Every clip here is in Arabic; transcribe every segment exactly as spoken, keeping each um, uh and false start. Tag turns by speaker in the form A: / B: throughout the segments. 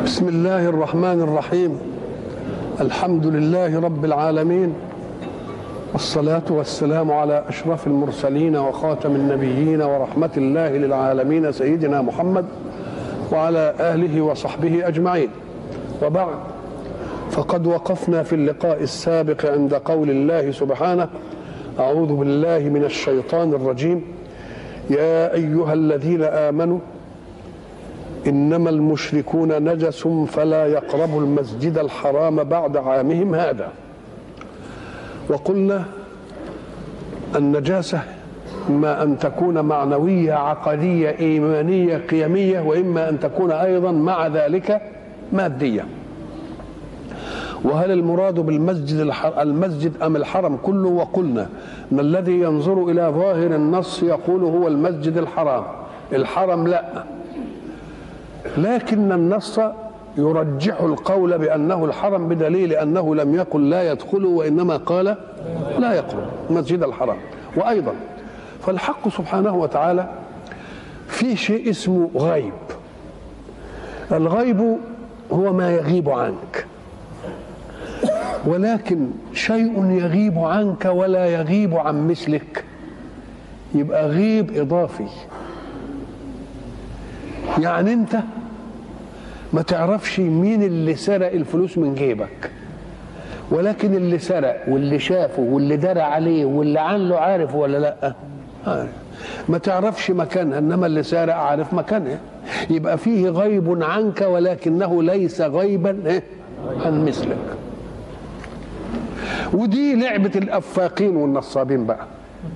A: بسم الله الرحمن الرحيم. الحمد لله رب العالمين، والصلاة والسلام على أشرف المرسلين وخاتم النبيين ورحمة الله للعالمين سيدنا محمد وعلى آله وصحبه أجمعين. وبعد، فقد وقفنا في اللقاء السابق عند قول الله سبحانه: أعوذ بالله من الشيطان الرجيم، يا أيها الذين آمنوا إنما المشركون نجس فلا يقربوا المسجد الحرام بعد عامهم هذا. وقلنا النجاسة إما أن تكون معنوية عقدية إيمانية قيمية، وإما أن تكون أيضا مع ذلك مادية. وهل المراد بالمسجد المسجد أم الحرم كله؟ وقلنا أن الذي ينظر إلى ظاهر النص يقول هو المسجد الحرام، الحرم لا، لكن النص يرجح القول بأنه الحرم بدليل أنه لم يقل لا يدخلوا، وإنما قال لا يقرب المسجد الحرام. وأيضا فالحق سبحانه وتعالى في شيء اسمه غيب. الغيب هو ما يغيب عنك، ولكن شيء يغيب عنك ولا يغيب عن مثلك يبقى غيب إضافي. يعني أنت ما تعرفش مين اللي سرق الفلوس من جيبك، ولكن اللي سرق واللي شافه واللي درى عليه واللي عنه عارف ولا لا؟ عارف. ما تعرفش مكانها، انما اللي سارق عارف مكانها. يبقى فيه غيب عنك ولكنه ليس غيبا عن مثلك. ودي لعبة الأفاقين والنصابين بقى.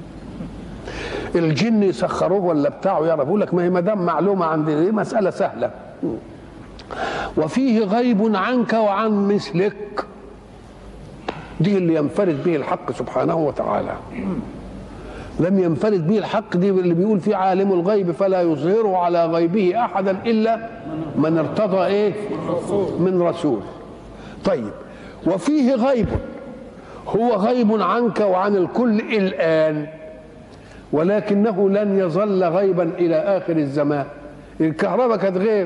A: الجن يسخروه ولا بتاعه يعرفوا لك، ما هي ما دام معلومة عندي دي مسألة سهلة. وفيه غيب عنك وعن مثلك، دي اللي ينفرد به الحق سبحانه وتعالى. لم ينفرد به الحق، دي اللي بيقول فيه عالم الغيب فلا يظهره على غيبه أحدا إلا من ارتضى إيه؟ من رسول. طيب، وفيه غيب هو غيب عنك وعن الكل الآن، ولكنه لن يظل غيبا إلى آخر الزمان. الكهرباء كانت غيب،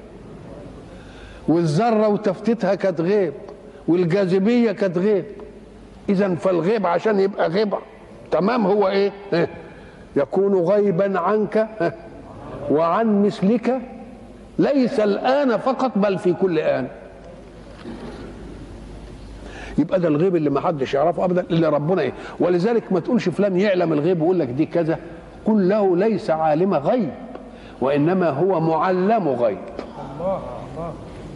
A: والذرة وتفتيتها كانت غيب، والجاذبية كانت غيب. إذن فالغيب عشان يبقى غيب تمام هو إيه؟ إيه؟ يكون غيبا عنك وعن مثلك، ليس الآن فقط بل في كل آن. يبقى ده الغيب اللي ما حدش يعرفه ابدا الا ربنا. ايه؟ ولذلك ما تقولش فلان يعلم الغيب ويقول لك دي كذا، قل له ليس عالم غيب وانما هو معلم غيب. الله الله.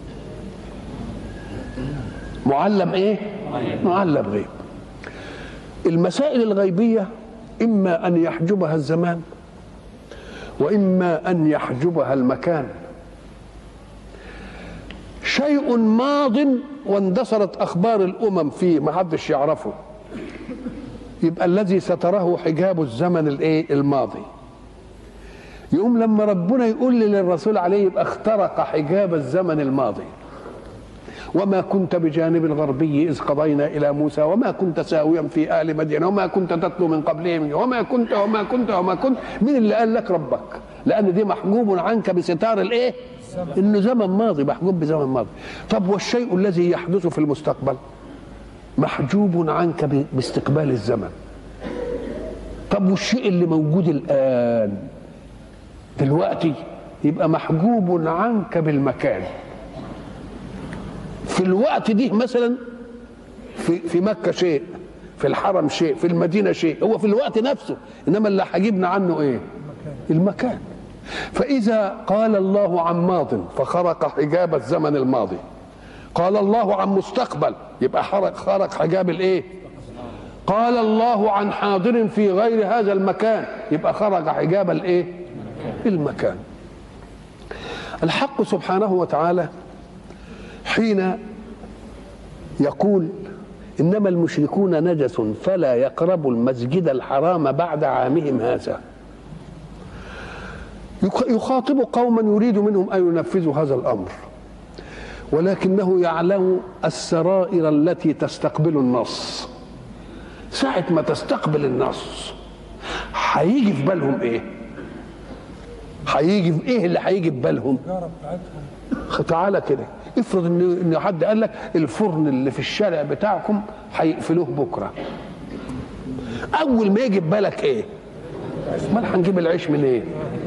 A: معلم ايه؟ معلم غيب. المسائل الغيبيه اما ان يحجبها الزمان واما ان يحجبها المكان. شيء ماض واندثرت اخبار الامم فيه ما حدش يعرفه، يبقى الذي ستره حجاب الزمن الايه؟ الماضي. يقوم لما ربنا يقول للرسول عليه يبقى اخترق حجاب الزمن الماضي. وما كنت بجانب الغربي اذ قضينا الى موسى وما كنت ساويا في اهل مدين وما كنت تتلو من قبلهم وما كنت وما كنت وما كنت. مين اللي قال لك؟ ربك، لان دي محجوب عنك بستار الايه؟ انه زمن ماضي، محجوب بزمن ماضي. طب والشيء الذي يحدث في المستقبل محجوب عنك باستقبال الزمن. طب والشيء اللي موجود الان دلوقتي يبقى محجوب عنك بالمكان. في الوقت دي مثلا في في مكة شيء، في الحرم شيء، في المدينة شيء، هو في الوقت نفسه، انما اللي حجبنا عنه ايه؟ المكان. فإذا قال الله عن ماض فخرق حجاب الزمن الماضي، قال الله عن مستقبل يبقى خرق خرق حجاب الايه؟ قال الله عن حاضر في غير هذا المكان يبقى خرق حجاب الايه؟ المكان. الحق سبحانه وتعالى حين يقول إنما المشركون نجس فلا يقربوا المسجد الحرام بعد عامهم هذا، يخاطب قوما يريد منهم أن ينفذوا هذا الأمر، ولكنه يعلم السرائر التي تستقبل النص. ساعة ما تستقبل النص هيجي في بالهم إيه؟ هيجي ايه اللي هيجي في بالهم؟ تعالى كده افرض ان ان حد قال لك الفرن اللي في الشارع بتاعكم هيقفلوه بكره، اول ما يجي في بالك ايه؟ امال هنجيب العيش منين؟ إيه؟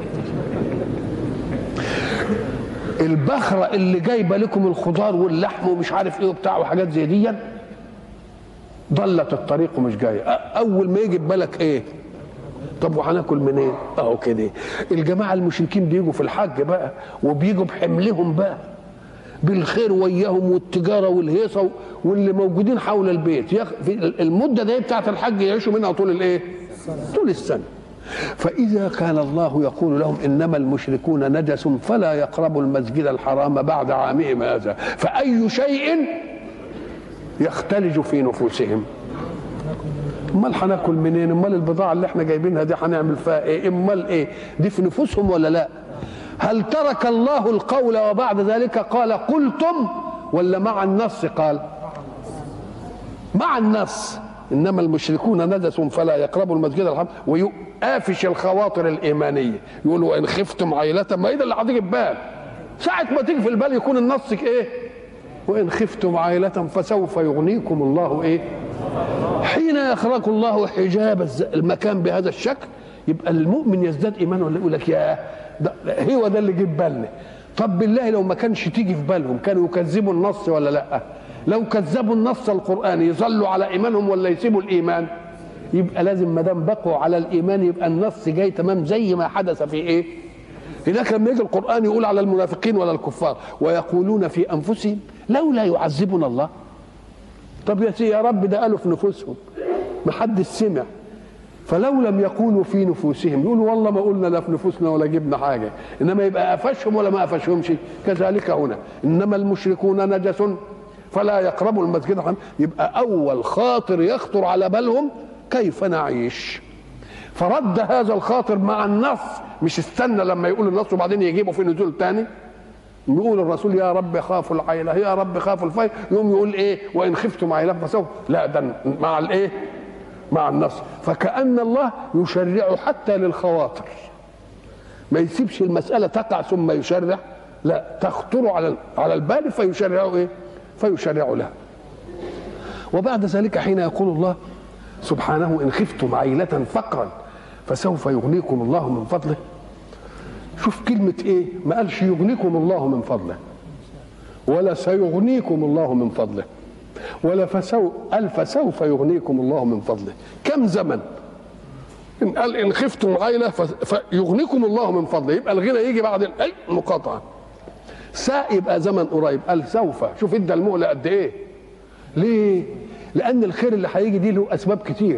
A: البخره اللي جايبه لكم الخضار واللحم ومش عارف ايه وبتاع وحاجات زي دي ضلت الطريق ومش جايه، اول ما يجي في بالك ايه؟ طب وهناكل منين؟ إيه؟ اهو كده الجماعه المشركين بيجوا في الحج بقى وبيجوا بحملهم بقى بالخير وياهم والتجاره والهيصه واللي موجودين حول البيت، في المده دي بتاعت الحج يعيشوا منها طول الايه؟ طول السنه. فاذا كان الله يقول لهم انما المشركون نجس فلا يقربوا المسجد الحرام بعد عامهم هذا، فاي شيء يختلج في نفوسهم؟ امال هناكل منين؟ امال البضاعه اللي احنا جايبينها دي هنعمل فيها ايه؟ امال ايه؟ دي في نفوسهم ولا لا؟ هل ترك الله القول وبعد ذلك قال قلتم، ولا مع النص قال؟ مع النص انما المشركون نجس فلا يقربوا المسجد الحرام، ويقافش الخواطر الايمانيه يقولوا وان خفتم عيله، ما ايه ده اللي هتيجي في بال؟ ساعه ما تيجي في البال يكون النص ايه؟ وان خفتم عيله فسوف يغنيكم الله ايه؟ حين يخرق الله حجاب المكان بهذا الشكل يبقى المؤمن يزداد ايمان، ولا يقول لك يا ده هو ده اللي جه بالنا. طب بالله لو ما كانش تيجي في بالهم كانوا يكذبوا النص ولا لا؟ لو كذبوا النص القرآني يظلوا على ايمانهم ولا يسيبوا الايمان؟ يبقى لازم ما دام بقوا على الايمان يبقى النص جاي تمام زي ما حدث في ايه؟ هناك لما يجي القرآن يقول على المنافقين ولا الكفار ويقولون في انفسهم لولا يعذبنا الله. طب يا سيدي يا رب ده قالوا في نفوسهم ما حدش سمع، فلو لم يقولوا في نفوسهم يقولوا والله ما قلنا لا في نفوسنا ولا جبنا حاجه، انما يبقى قفشهم ولا ما قفشهمش؟ كذلك هنا انما المشركون نجس فلا يقربوا المسجد الحرام، يبقى اول خاطر يخطر على بالهم كيف نعيش، فرد هذا الخاطر مع النص، مش استنى لما يقول النص وبعدين يجيبوا في نزول تاني. يقول الرسول يا رب خافوا العيله، يا رب خافوا الفيل، يقوم يقول ايه؟ وان خفتم عيله فسوف، لا ده مع الايه؟ مع النص. فكأن الله يشرع حتى للخواطر، ما يسيبش المسألة تقع ثم يشرع، لا تخطر على على البال فيشرع ايه؟ فيشرع لها. وبعد ذلك حين يقول الله سبحانه ان خفتم عيلة فقرا فسوف يغنيكم الله من فضله. شوف كلمة ايه؟ ما قالش يغنيكم الله من فضله ولا سيغنيكم الله من فضله ولا فسو قال فسوف يغنيكم الله من فضله. كم زمن؟ إن قال إن خفتم عيلة فيغنيكم الله من فضله، يبقى الغنى يجي بعد المقاطعة. ساء يبقى زمن قريب، قال سوف. شوف ادى المهلة قد إيه؟ ليه؟ لأن الخير اللي هيجي دي له أسباب كتير.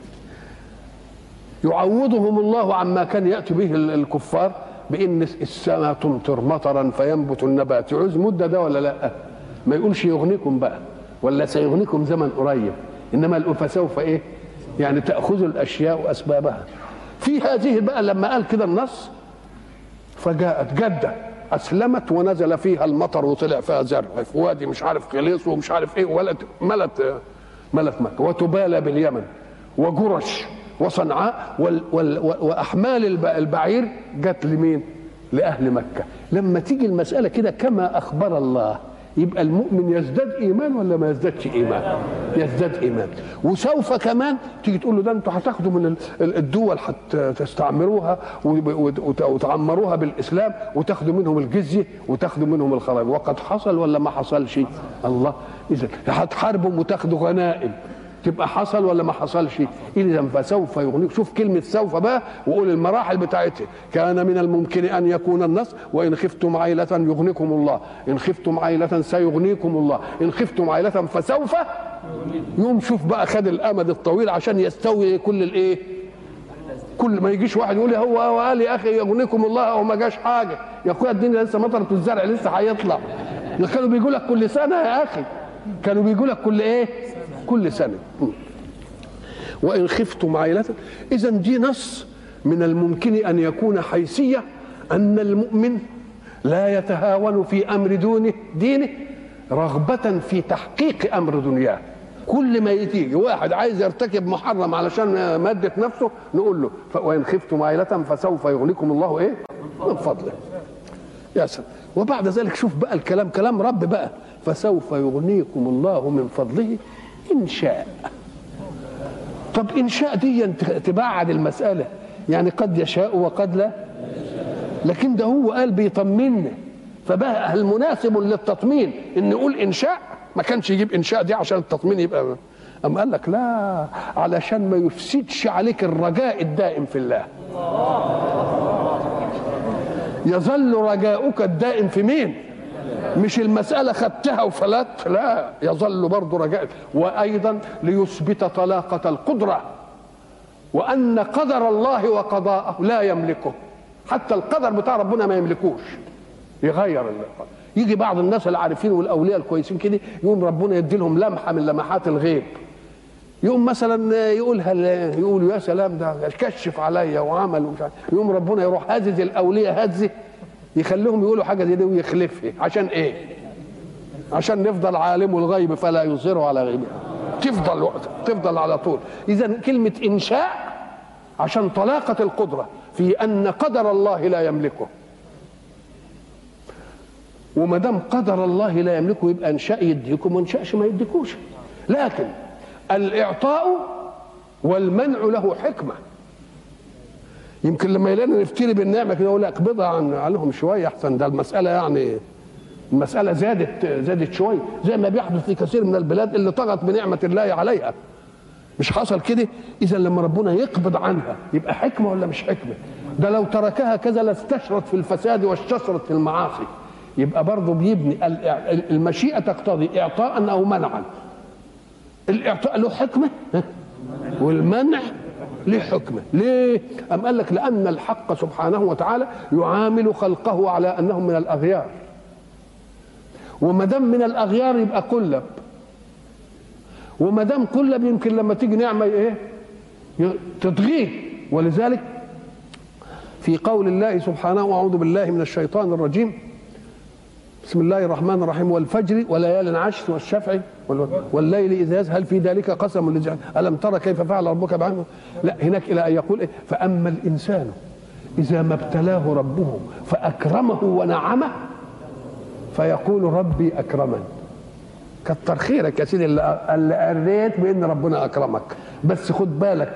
A: يعوضهم الله عما كان يأتي به الكفار بإن السماء تمطر مطرا فينبت النبات. يعوز مدة ده ولا لأ؟ ما يقولش يغنيكم بقى ولا سيغنيكم زمن قريب، انما فسوف ايه؟ يعني تاخذوا الاشياء واسبابها. في هذه بقى لما قال كده النص فجاءت جده اسلمت ونزل فيها المطر وطلع فيها زرع في وادي مش عارف خليص ومش عارف ايه، ولت ملت ملت مكه، وتبالى باليمن وجرش وصنعاء وال وال واحمال البعير جت لمين؟ لاهل مكه. لما تيجي المساله كده كما اخبر الله يبقى المؤمن يزداد ايمان ولا ما يزدادش ايمان؟ يزداد ايمان. وسوف كمان تيجي تقول له ده انتوا هتاخدوا من الدول هتستعمروها وتعمروها بالاسلام وتاخدوا منهم الجزيه وتاخدوا منهم الخراج، وقد حصل ولا ما حصلش؟ الله. اذا هتحاربوا وتاخدوا غنائم، تبقى حصل ولا ما حصلش؟ اذا فسوف يغنيك. شوف كلمه سوف بقى وقول المراحل بتاعتها. كان من الممكن ان يكون النص وان خفتم عيله يغنيكم الله، ان خفتم عيله سيغنيكم الله، ان خفتم عيله فسوف يوم. شوف بقى خد الامد الطويل عشان يستوي كل الايه؟ كل ما يجيش واحد يقول لي هو هو قال يا اخي يغنيكم الله او ما جاش حاجه، يا اخويا الدنيا لسه مطرت والزرع لسه هيطلع. كانوا بيقول لك كل سنه يا اخي، كانوا بيقول لك كل ايه؟ كل سنة. وإن خفتم عيلة، إذا دي نص من الممكن أن يكون حيثية أن المؤمن لا يتهاون في أمر دونه دينه رغبة في تحقيق أمر دنياه. كل ما يتيجي واحد عايز يرتكب محرم علشان مادة نفسه نقول له وإن خفتم عائلة فسوف يغنيكم الله إيه؟ من فضله. يا سلام. وبعد ذلك شوف بقى الكلام كلام رب بقى، فسوف يغنيكم الله من فضله إن شاء. طب إن شاء دي تبعد المسألة، يعني قد يشاء وقد لا، لكن ده هو قال بيطمنا، فبقى المناسب للتطمين ان نقول ان شاء، ما كانش يجيب ان شاء دي عشان التطمين يبقى، اما قال لك لا، علشان ما يفسدش عليك الرجاء الدائم في الله. يظل رجاؤك الدائم في مين؟ مش المسألة خدتها وفلت، لا، يظل برضه رجاءك. وأيضا ليثبت طلاقة القدرة، وأن قدر الله وقضاءه لا يملكه، حتى القدر بتاع ربنا ما يملكوش يغير القدر. يجي بعض الناس العارفين والأولياء الكويسين كده يقوم ربنا يدي لهم لمحة من لمحات الغيب، يقوم مثلا يقولها، يقولوا يا سلام ده كشف عليا وعمل ومش عارف، يقوم ربنا يروح هزز الأولياء هزه يخليهم يقولوا حاجة زي دي ويخلفها. عشان إيه؟ عشان نفضل عالم الغيب فلا يظهر على غيبه، تفضل وقت تفضل على طول. إذا كلمة إنشاء عشان طلاقة القدرة في أن قدر الله لا يملكه، وما دام قدر الله لا يملكه يبقى إنشاء يديكم وما إنشاءش ما يديكوش. لكن الإعطاء والمنع له حكمة. يمكن لما يلاقينا نفتري بالنعمة كده يقول لك اقبضها عن عليهم شوية أحسن، ده المسألة يعني المسألة زادت زادت شوية، زي ما بيحدث في كثير من البلاد اللي طغت بنعمة الله عليها. مش حصل كده؟ إذا لما ربنا يقبض عنها يبقى حكمة ولا مش حكمة؟ ده لو تركها كذا لاستشرت في الفساد واستشرت في المعاصي. يبقى برضه بيبني المشيئة تقتضي إعطاء أو منعا. الإعطاء له حكمة والمنع له حكمة. ليه؟ أم قال لك لأن الحق سبحانه وتعالى يعامل خلقه على أنهم من الأغيار، وما دام من الأغيار يبقى قلب، وما دام قلب يمكن لما تيجي نعمة إيه؟ تطغيه. ولذلك في قول الله سبحانه وأعوذ بالله من الشيطان الرجيم، بسم الله الرحمن الرحيم، والفجر وليال عشر والشفع والليل إذا يسهى هل في ذلك قسم للجعل ألم ترى كيف فعل ربك بعمل. لا، هناك إلى أن يقول إيه؟ فأما الإنسان إذا ما ابتلاه ربه فأكرمه ونعمه فيقول ربي أكرمن. كتر خيرك يا سيدي اللي قريت بأن ربنا أكرمك، بس خد بالك.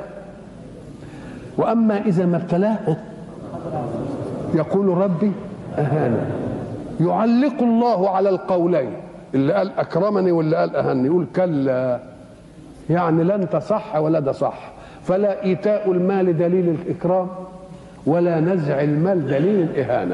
A: وأما إذا ما ابتلاه يقول ربي أهانن. يعلق الله على القولين، اللي قال أكرمني واللي قال أهانني، يقول كلا، يعني لا أنت صح ولا ده صح. فلا إيتاء المال دليل الإكرام ولا نزع المال دليل الإهانة.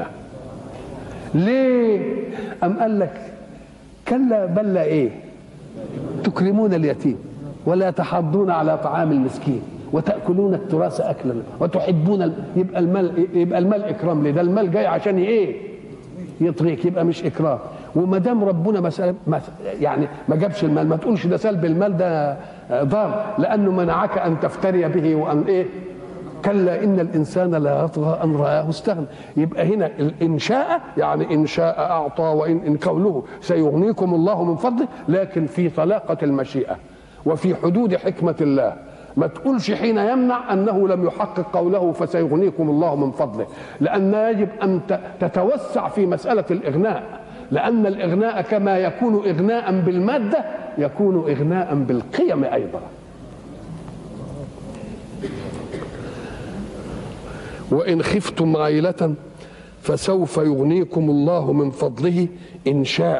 A: ليه؟ أم قال لك كلا بل لا إيه؟ تكرمون اليتيم ولا تحضون على طعام المسكين وتأكلون التراث أكلا وتحبون ال... يبقى المال يبقى المال إكرام. ليه؟ ده المال جاي عشان إيه؟ يطغيك، يبقى مش إكرام. وما دام ربنا مسألة يعني ما جابش المال، ما تقولش ده سلب المال ده ضار، لأنه منعك أن تفتري به وأن إيه؟ كلا إن الإنسان لا يطغى أن رآه استغنى. يبقى هنا الإنشاء يعني إن شاء أعطى، وإن إن قوله سيغنيكم الله من فضله، لكن في طلاقة المشيئة وفي حدود حكمة الله. ما تقولش حين يمنع أنه لم يحقق قوله فسيغنيكم الله من فضله، لأن يجب أن تتوسع في مسألة الإغناء، لأن الإغناء كما يكون إغناء بالمادة يكون إغناء بالقيم أيضا. وإن خفتم عيلة فسوف يغنيكم الله من فضله إن شاء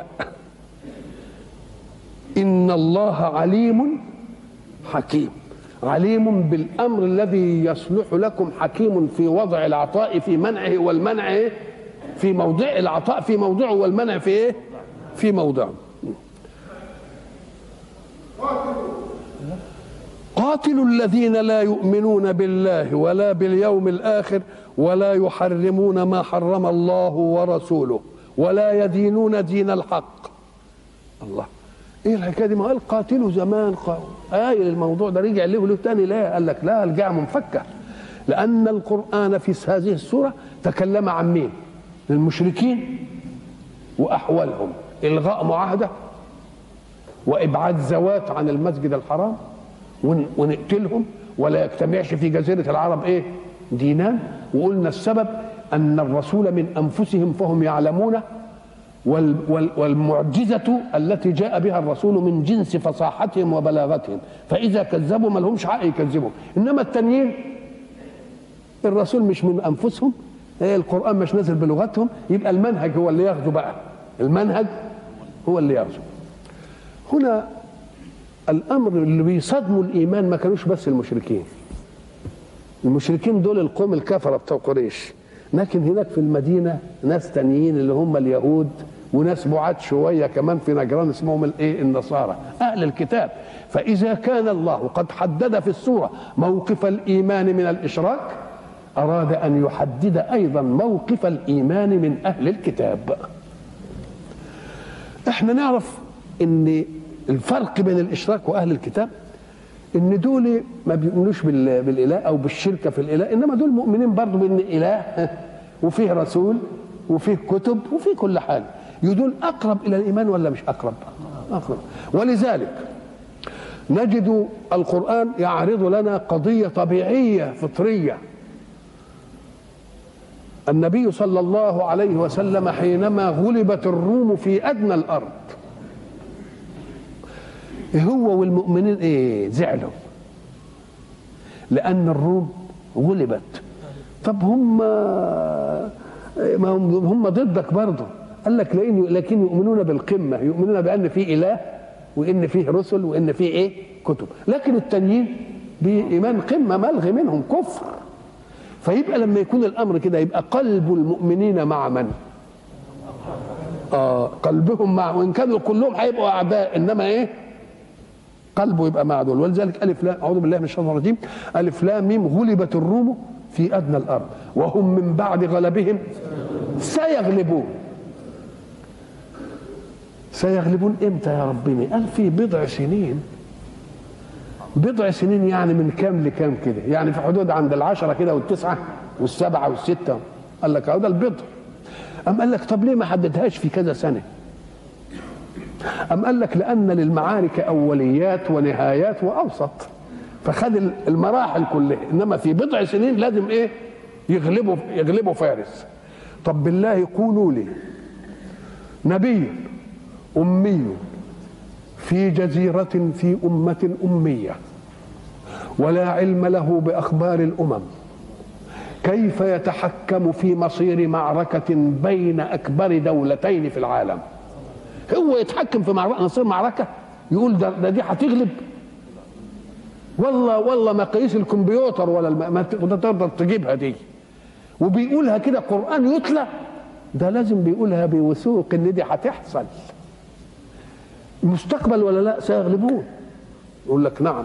A: إن الله عليم حكيم. عليم بالأمر الذي يصلح لكم، حكيم في وضع العطاء في منعه والمنع إيه؟ في موضع العطاء في موضعه والمنع في إيه؟ في موضعه. قاتلوا الذين لا يؤمنون بالله ولا باليوم الآخر ولا يحرمون ما حرم الله ورسوله ولا يدينون دين الحق. الله، ايه الحكايه دي؟ ما قال قاتلوا زمان قال آية الموضوع ده رجع له له تاني. لا، قال لك لا، الجاء منفكه، لأن القرآن في هذه السورة تكلم عن مين؟ المشركين وأحوالهم، إلغاء معاهدة وإبعاد زوات عن المسجد الحرام ونقتلهم، ولا يجتمعش في جزيرة العرب إيه؟ دينان. وقلنا السبب أن الرسول من أنفسهم فهم يعلمون، والمعجزة التي جاء بها الرسول من جنس فصاحتهم وبلاغتهم، فإذا كذبوا ما لهمش حق يكذبوا. إنما التانيين الرسول مش من أنفسهم، القرآن مش نازل بلغتهم، يبقى المنهج هو اللي ياخده بقى، المنهج هو اللي ياخده. هنا الأمر اللي بيصدموا الإيمان ما كانوش بس المشركين، المشركين دول القوم الكفرة بتوع قريش، لكن هناك في المدينة ناس تانيين اللي هم اليهود، وناس بعاد شوية كمان في نجران اسمهم الايه؟ النصارى، أهل الكتاب. فإذا كان الله قد حدد في السورة موقف الإيمان من الإشراك، أراد أن يحدد أيضا موقف الإيمان من أهل الكتاب. احنا نعرف ان الفرق بين الإشراك وأهل الكتاب ان دول ما بيؤمنوش بالاله او بالشركه في الاله، انما دول مؤمنين برضه بان اله وفيه رسول وفيه كتب وفيه كل حاجه. يدول اقرب الى الايمان ولا مش اقرب؟ اقرب. ولذلك نجد القران يعرض لنا قضيه طبيعيه فطريه. النبي صلى الله عليه وسلم حينما غلبت الروم في ادنى الارض، هو والمؤمنين ايه؟ زعلوا لان الروم غلبت. طب هم ما هم هم ضدك برضه. قال لك لان لكن يؤمنون بالقمه، يؤمنون بان في اله وان فيه رسل وان فيه ايه؟ كتب. لكن التانيين بايمان قمه ملغي منهم كفر. فيبقى لما يكون الامر كده يبقى قلب المؤمنين مع من؟ اه قلبهم مع، وان كانوا كلهم هيبقوا اعداء انما ايه؟ قلبه يبقى مع دول. ولذلك الف لام، اعوذ بالله من الشيطان الرجيم، الف لام ميم غلبت الروم في ادنى الارض وهم من بعد غلبهم سيغلبون. سيغلبون امتى يا ربنا؟ قال في بضع سنين. بضع سنين يعني من كام لكام كده؟ يعني في حدود عند العشرة كده والتسعة والسبعة والستة. قال لك اهو ده البضع. أم قال لك طب ليه ما حددهاش في كذا سنة؟ أم قال لك لأن للمعارك أوليات ونهايات وأوسط، فخد المراحل كلها، إنما في بضع سنين لازم إيه؟ يغلبوا يغلبوا فارس. طب بالله قولوا لي نبي أمي في جزيرة في أمة أمية ولا علم له بأخبار الأمم، كيف يتحكم في مصير معركة بين أكبر دولتين في العالم؟ هو يتحكم في معركة، مصير معركة يقول ده, ده دي هتغلب؟ والله والله مقاييس الكمبيوتر ولا الم... ما تقدر تجيبها دي. وبيقولها كده قرآن يتلى، ده لازم بيقولها بوثوق ان دي هتحصل مستقبل ولا لا؟ سيغلبون. يقول لك نعم.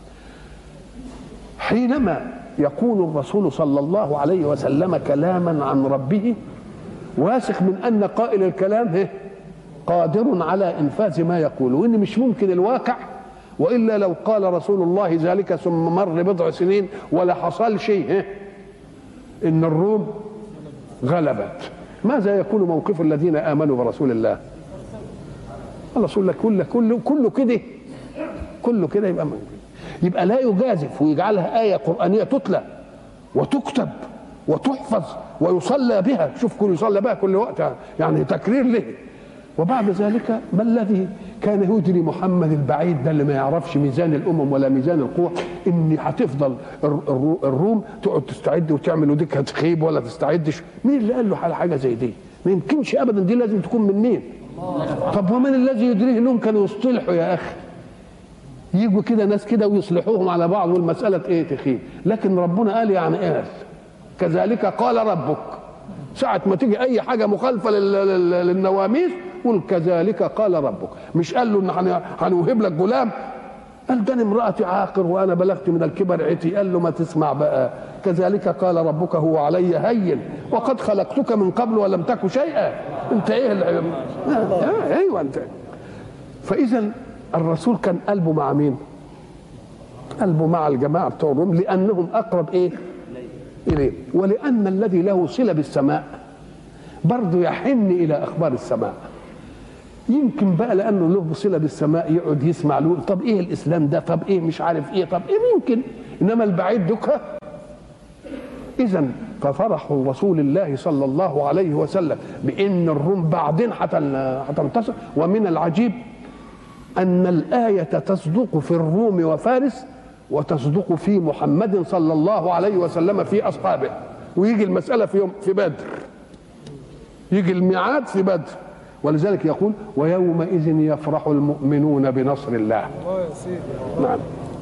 A: حينما يقول الرسول صلى الله عليه وسلم كلاما عن ربه واثق من ان قائل الكلام قادر على انفاذ ما يقول، وان مش ممكن الواقع، والا لو قال رسول الله ذلك ثم مر بضع سنين ولا حصل شيء ان الروم غلبت، ماذا يكون موقف الذين امنوا برسول الله؟ الرسول لك كله كله كله كده كله كده يبقى يبقى لا يجازف ويجعلها آية قرآنية تتلى وتكتب وتحفظ ويصلى بها. شوف كل يصلى بها كل وقت، يعني تكرير له. وبعد ذلك ما الذي كان يدري محمد البعيد ده اللي ما يعرفش ميزان الأمم ولا ميزان القوة إن هتفضل الروم تقعد تستعد وتعمل وديك هتخيب ولا تستعدش؟ مين اللي قال له على حاجة زي دي؟ ما يمكنش أبدا، دي لازم تكون من مين؟ طب ومن الذي يدريه انهم كانوا يصطلحوا يا اخي؟ يجوا كده ناس كده ويصلحوهم على بعض والمساله ايه؟ تخيب. لكن ربنا قال يعني قال كذلك قال ربك. ساعه ما تيجي اي حاجه مخالفه للنواميس قل كذلك قال ربك. مش قال له ان هنوهب لك غلام، قال ده انا امراتي عاقر وانا بلغت من الكبر عتي. قال له ما تسمع بقى، كذلك قال ربك هو علي هين وقد خلقتك من قبل ولم تك شيئا. انت ايه اللي... آه ايوه انت. فاذا الرسول كان قلبه مع مين؟ قلبه مع الجماعه بتوع الروم، لانهم اقرب ايه؟ اليه، ولان الذي له صله بالسماء برضه يحن الى اخبار السماء. يمكن بقى لانه له صله بالسماء يقعد يسمع له، طب ايه الاسلام ده، طب ايه مش عارف ايه، طب ايه ممكن. انما البعيد دكها. اذا ففرح رسول الله صلى الله عليه وسلم بان الروم بعدين هتنتصر. ومن العجيب ان الايه تصدق في الروم وفارس وتصدق في محمد صلى الله عليه وسلم في اصحابه، ويجي المساله في يوم في بدر، يجي الميعاد في بدر. ولذلك يقول ويومئذ يفرح المؤمنون بنصر الله. نعم.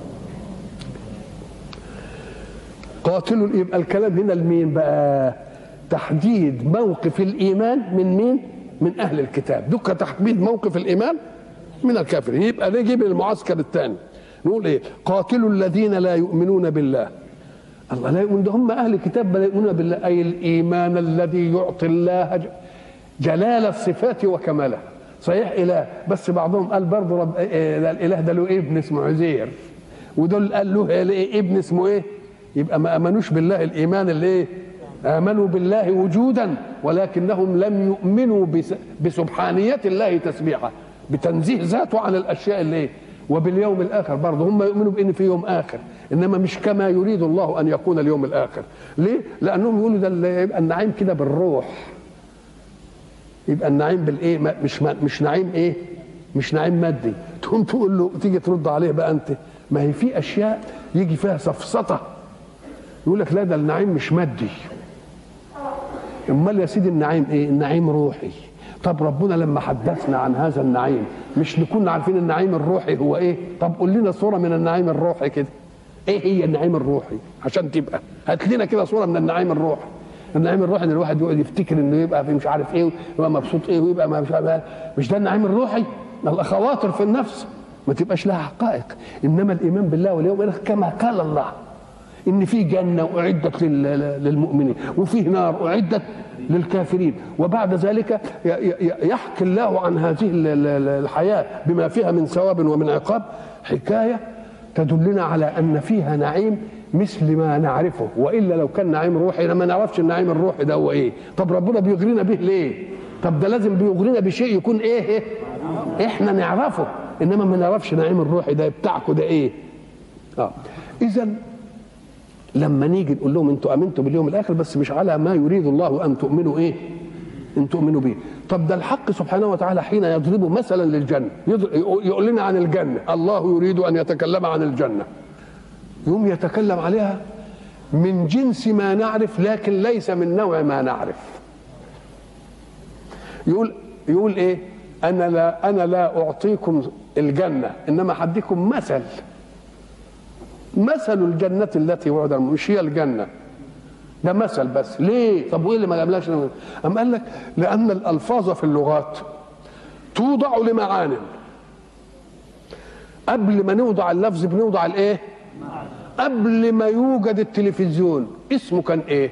A: قاتلوا. يبقى الكلام هنا لمين بقى؟ تحديد موقف الايمان من مين؟ من اهل الكتاب. دك تحديد موقف الايمان من الكافرين. يبقى نجيب المعسكر الثاني نقول ايه؟ قاتلوا الذين لا يؤمنون بالله. الله لا يؤمن، ده هم اهل الكتاب لا يؤمنون بالله، اي الايمان الذي يعطي الله جلال الصفات وكمالها. صحيح اله، بس بعضهم قال برضه رب إيه الاله ده له ابن اسمه عزير، ودول قال له إيه ابن اسمه ايه؟ يبقى ما امنوش بالله الايمان اللي ايه؟ امنوا بالله وجودا ولكنهم لم يؤمنوا بسبحانيه الله تسبيحه، بتنزيه ذاته عن الاشياء اللي ايه؟ وباليوم الاخر برضه هم يؤمنوا بان في يوم اخر، انما مش كما يريد الله ان يكون اليوم الاخر. ليه؟ لانهم يقولوا ده يبقى النعيم كده بالروح، يبقى النعيم بالايه؟ مش مش نعيم ايه؟ مش نعيم مادي. تقوم تقول له، تيجي ترد عليه بقى انت، ما هي في اشياء يجي فيها سفسطه يقول لك لا ده النعيم مش مادي. امال يا سيدي النعيم ايه؟ النعيم روحي. طب ربنا لما حدثنا عن هذا النعيم مش نكون عارفين النعيم الروحي هو ايه؟ طب قول لنا صوره من النعيم الروحي كده. ايه هي النعيم الروحي؟ عشان تبقى هات لنا كده صوره من النعيم الروحي. النعيم الروحي ان الواحد يقعد يفتكر انه يبقى في مش عارف ايه ويبقى مبسوط ايه ويبقى مش عارف، مش ده النعيم الروحي؟ خواطر في النفس ما تبقاش لها حقائق. انما الايمان بالله واليوم الاخر كما قال الله ان في جنه اعدت للمؤمنين وفي نار اعدت للكافرين، وبعد ذلك يحكي الله عن هذه الحياه بما فيها من ثواب ومن عقاب حكايه تدلنا على ان فيها نعيم مثل ما نعرفه، والا لو كان نعيم روحي لما نعرفش النعيم الروحي ده هو ايه. طب ربنا بيغرينا به ليه؟ طب ده لازم بيغرينا بشيء يكون ايه؟ احنا نعرفه، انما ما نعرفش نعيم الروحي ده بتاعكم ده ايه. اه اذا لما نيجي نقول لهم انتوا امنتوا باليوم الاخر بس مش على ما يريد الله ان تؤمنوا ايه؟ ان تؤمنوا به. طب ده الحق سبحانه وتعالى حين يضرب مثلا للجنه يقول لنا عن الجنه، الله يريد ان يتكلم عن الجنه، يوم يتكلم عليها من جنس ما نعرف لكن ليس من نوع ما نعرف. يقول يقول ايه؟ انا لا انا لا اعطيكم الجنه انما هديكم مثل، مثل الجنه التي وعد، مش هي الجنه، ده مثل بس. ليه؟ طب وايه اللي ما جابلاش؟ أم قال لك لان الالفاظ في اللغات توضع لمعان، قبل ما نوضع اللفظ بنوضع الايه؟ قبل ما يوجد التلفزيون اسمه كان ايه؟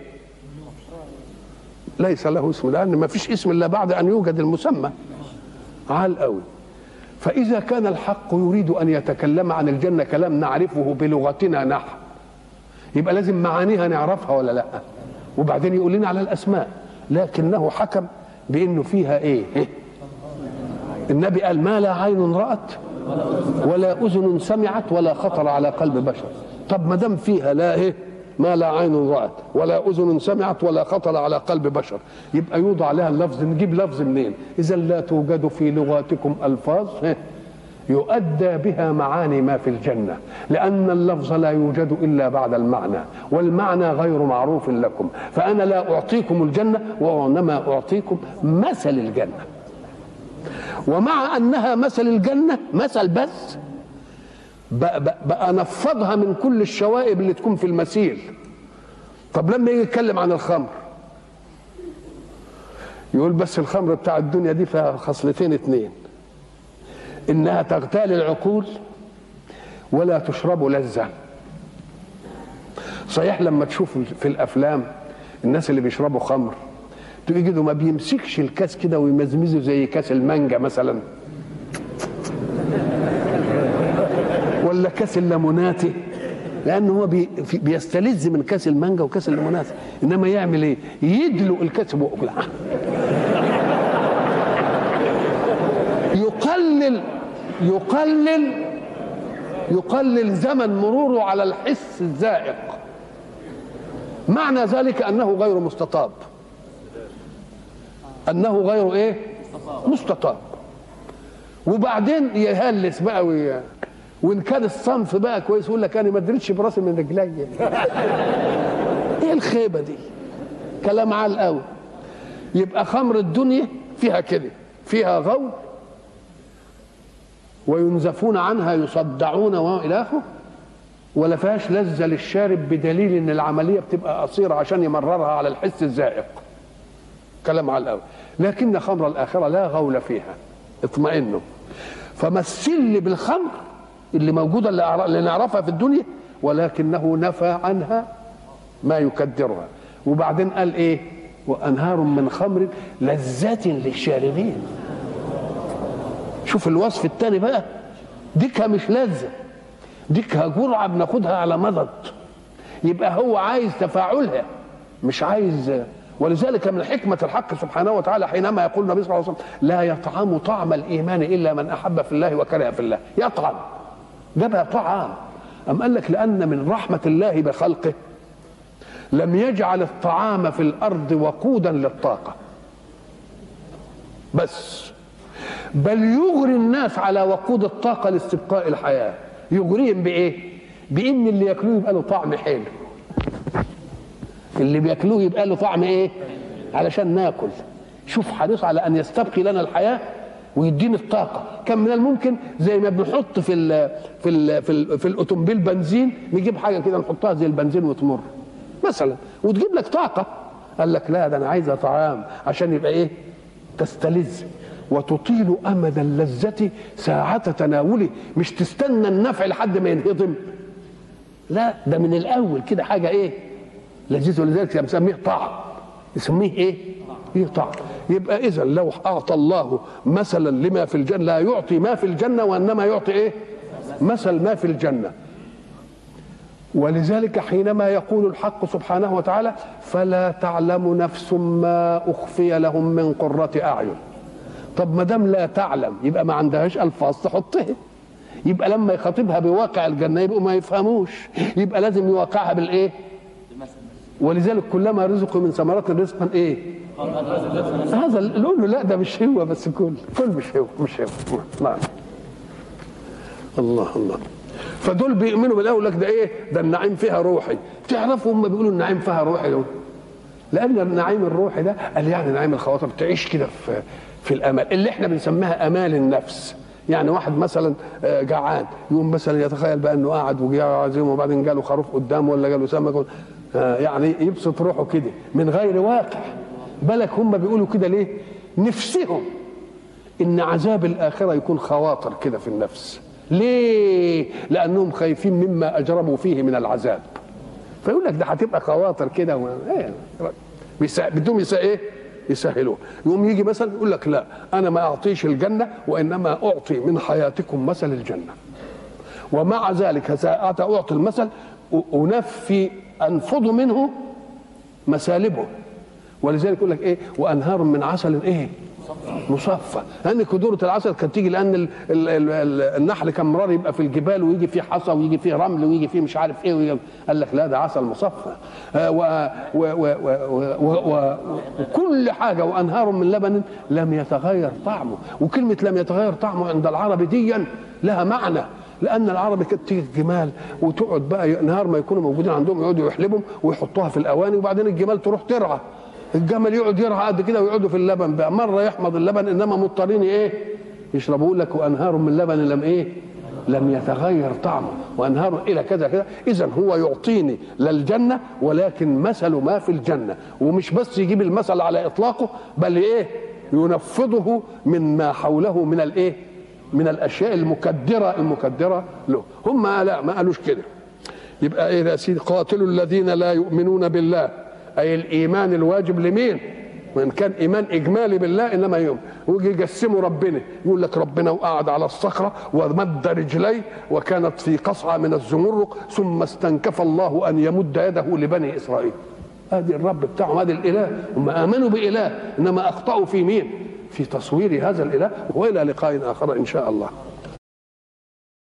A: ليس له اسم، لان ما فيش اسم الا بعد ان يوجد المسمى. عال قوي. فاذا كان الحق يريد ان يتكلم عن الجنه كلام نعرفه بلغتنا نحن، يبقى لازم معانيها نعرفها ولا لا؟ وبعدين يقول لنا على الاسماء، لكنه حكم بانه فيها ايه؟ النبي قال ما لا عين رأت ولا اذن سمعت ولا خطر على قلب بشر. طب ما دام فيها لا ايه؟ ما لا عين رأت ولا اذن سمعت ولا خطر على قلب بشر، يبقى يوضع لها اللفظ. نجيب لفظ منين؟ اذا لا توجد في لغاتكم الفاظ يؤدى بها معاني ما في الجنه، لان اللفظ لا يوجد الا بعد المعنى، والمعنى غير معروف لكم. فانا لا اعطيكم الجنه وانما اعطيكم مثل الجنه، ومع انها مثل الجنه مثل بس بقى انفضها من كل الشوائب اللي تكون في المثيل. طب لما يجي يتكلم عن الخمر يقول بس الخمر بتاع الدنيا دي فيها خصلتين اتنين، انها تغتال العقول ولا تشرب لذة. صحيح لما تشوف في الافلام الناس اللي بيشربوا خمر تجده ما بيمسكش الكاس كده ويمزمزه زي كاس المانجا مثلا ولا كاس الليموناتي، لانه هو بي بيستلذ من كاس المانجا وكاس الليموناتي، انما يعمل ايه؟ يدلق الكاس بقه يقلل يقلل يقلل زمن مروره على الحس الزائق. معنى ذلك انه غير مستطاب، انه غير ايه؟ مستطاب. وبعدين يهلس بقى وي... وان كان الصنف بقى كويس يقول لك انا ما ادريتش براسي من رجلي. ايه الخيبه دي؟ كلام عال قوي. يبقى خمر الدنيا فيها كده، فيها غول وينزفون عنها يصدعون والى اخره، ولا فيهاش لذه للشارب بدليل ان العمليه بتبقى قصيره عشان يمررها على الحس الزائق. كلام عال قوي. لكن خمر الاخره لا غول فيها، اطمئنوا. فمثل لي بالخمر اللي موجوده اللي نعرفها في الدنيا، ولكنه نفى عنها ما يكدرها. وبعدين قال ايه؟ وانهار من خمر لذة للشاربين. شوف الوصف الثاني بقى، ديكها مش لذة، ديكها جرعه بناخدها على مضض. يبقى هو عايز تفاعلها مش عايز. ولذلك من حكمة الحق سبحانه وتعالى حينما يقول النبي صلى الله عليه وسلم لا يطعم طعم الإيمان إلا من أحب في الله وكره في الله. يطعم، جابها طعام. أم قال لك لأن من رحمة الله بخلقه لم يجعل الطعام في الأرض وقودا للطاقة بس، بل يغري الناس على وقود الطاقة لاستبقاء الحياة. يغريهم بإيه؟ بإن اللي يأكلوه يبقى له طعم حلو، اللي بياكلوه يبقى له طعم ايه؟ علشان ناكل. شوف حريص على ان يستبقي لنا الحياه ويدينا الطاقه. كان من الممكن زي ما بنحط في ال في ال في, ال في الاوتومبيل بنزين، نجيب حاجه كده نحطها زي البنزين وتمر مثلا وتجيب لك طاقه. قال لك لا، ده انا عايزه طعام عشان يبقى ايه؟ تستلذ وتطيل امد اللذه ساعه تناوله، مش تستنى النفع لحد ما ينهضم. لا، ده من الاول كده حاجه ايه؟ لذيذ. ولذلك يسميه طعم، يسميه ايه؟ ايه طعم. يبقى اذا لو اعطى الله مثلا لما في الجنه، لا يعطي ما في الجنه وانما يعطي ايه؟ مثل ما في الجنه. ولذلك حينما يقول الحق سبحانه وتعالى فلا تعلم نفس ما اخفي لهم من قرة اعين. طب ما دام لا تعلم يبقى ما عندهاش الفاظ تحطها، يبقى لما يخاطبها بواقع الجنه يبقوا ما يفهموش، يبقى لازم يواقعها بالايه؟ ولذلك كلما رزقوا من ثمرات رزقا ايه؟ هذا نقول له لا ده مش هو، بس كل كل مش هو مش هو. نعم. الله الله. فدول بيؤمنوا بالاول لك ده ايه؟ ده النعيم فيها روحي. تعرفوا هم بيقولوا النعيم فيها روحي دول، لان النعيم الروحي ده قال يعني نعيم الخواطر، تعيش كده في في الامال اللي احنا بنسميها امال النفس. يعني واحد مثلا جعان يقوم مثلا يتخيل بقى انه قاعد وجاء عزيم وبعدين جاله خروف قدامه ولا جاله سمك، يعني يبسط روحه كده من غير واقع. بالك هم بيقولوا كده ليه؟ نفسهم ان عذاب الاخره يكون خواطر كده في النفس. ليه؟ لانهم خايفين مما اجرموا فيه من العذاب، فيقول لك ده هتبقى خواطر كده و... ايه بدهم يسا ايه؟ يسهلوه. يقوم يجي مثلا يقول لك لا انا ما اعطيش الجنه وانما اعطي من حياتكم مثل الجنه، ومع ذلك ساعات اعطي المثل انفي انفض منه مسالبه. ولذلك يقول لك ايه؟ وانهار من عسل ايه؟ مصفى. لان كدوره العسل كانت تيجي لان ال ال ال النحل كان مرار يبقى في الجبال ويجي فيه حصى ويجي فيه رمل ويجي فيه مش عارف ايه، قال لك لا ده عسل مصفى. وكل حاجه. وانهار من لبن لم يتغير طعمه. وكلمه لم يتغير طعمه عند العرب ديا لها معنى، لان العرب كانت تيجي الجمال وتقعد بقى نهار ما يكونوا موجودين عندهم يقعدوا يحلبهم ويحطوها في الاواني، وبعدين الجمال تروح ترعى. الجمل يقعد يرعى قد كده ويقعدوا في اللبن بقى، مره يحمض اللبن انما مضطرين ايه؟ يشربوا. لك وانهار من لبن لم ايه؟ لم يتغير طعمه، وانهار الى كذا كذا. اذا هو يعطيني للجنه ولكن مثل ما في الجنه، ومش بس يجيب المثل على اطلاقه بل ايه؟ ينفضه من ما حوله من الايه؟ من الاشياء المكدره المكدره له. هم لا ما قالوش كده. يبقى ايه يا سيدي؟ قاتلوا الذين لا يؤمنون بالله، اي الايمان الواجب لمين؟ وان كان ايمان اجمالي بالله انما يوم ويجي يقسموا ربنا، يقول لك ربنا وقعد على الصخره ومد رجليه وكانت في قصعه من الزمرق ثم استنكف الله ان يمد يده لبني اسرائيل. هذه الرب بتاعهم، هذا الاله. هم امنوا باله انما اخطاوا في مين؟ في تصوير هذا الاله. والى لقاء اخر ان شاء الله.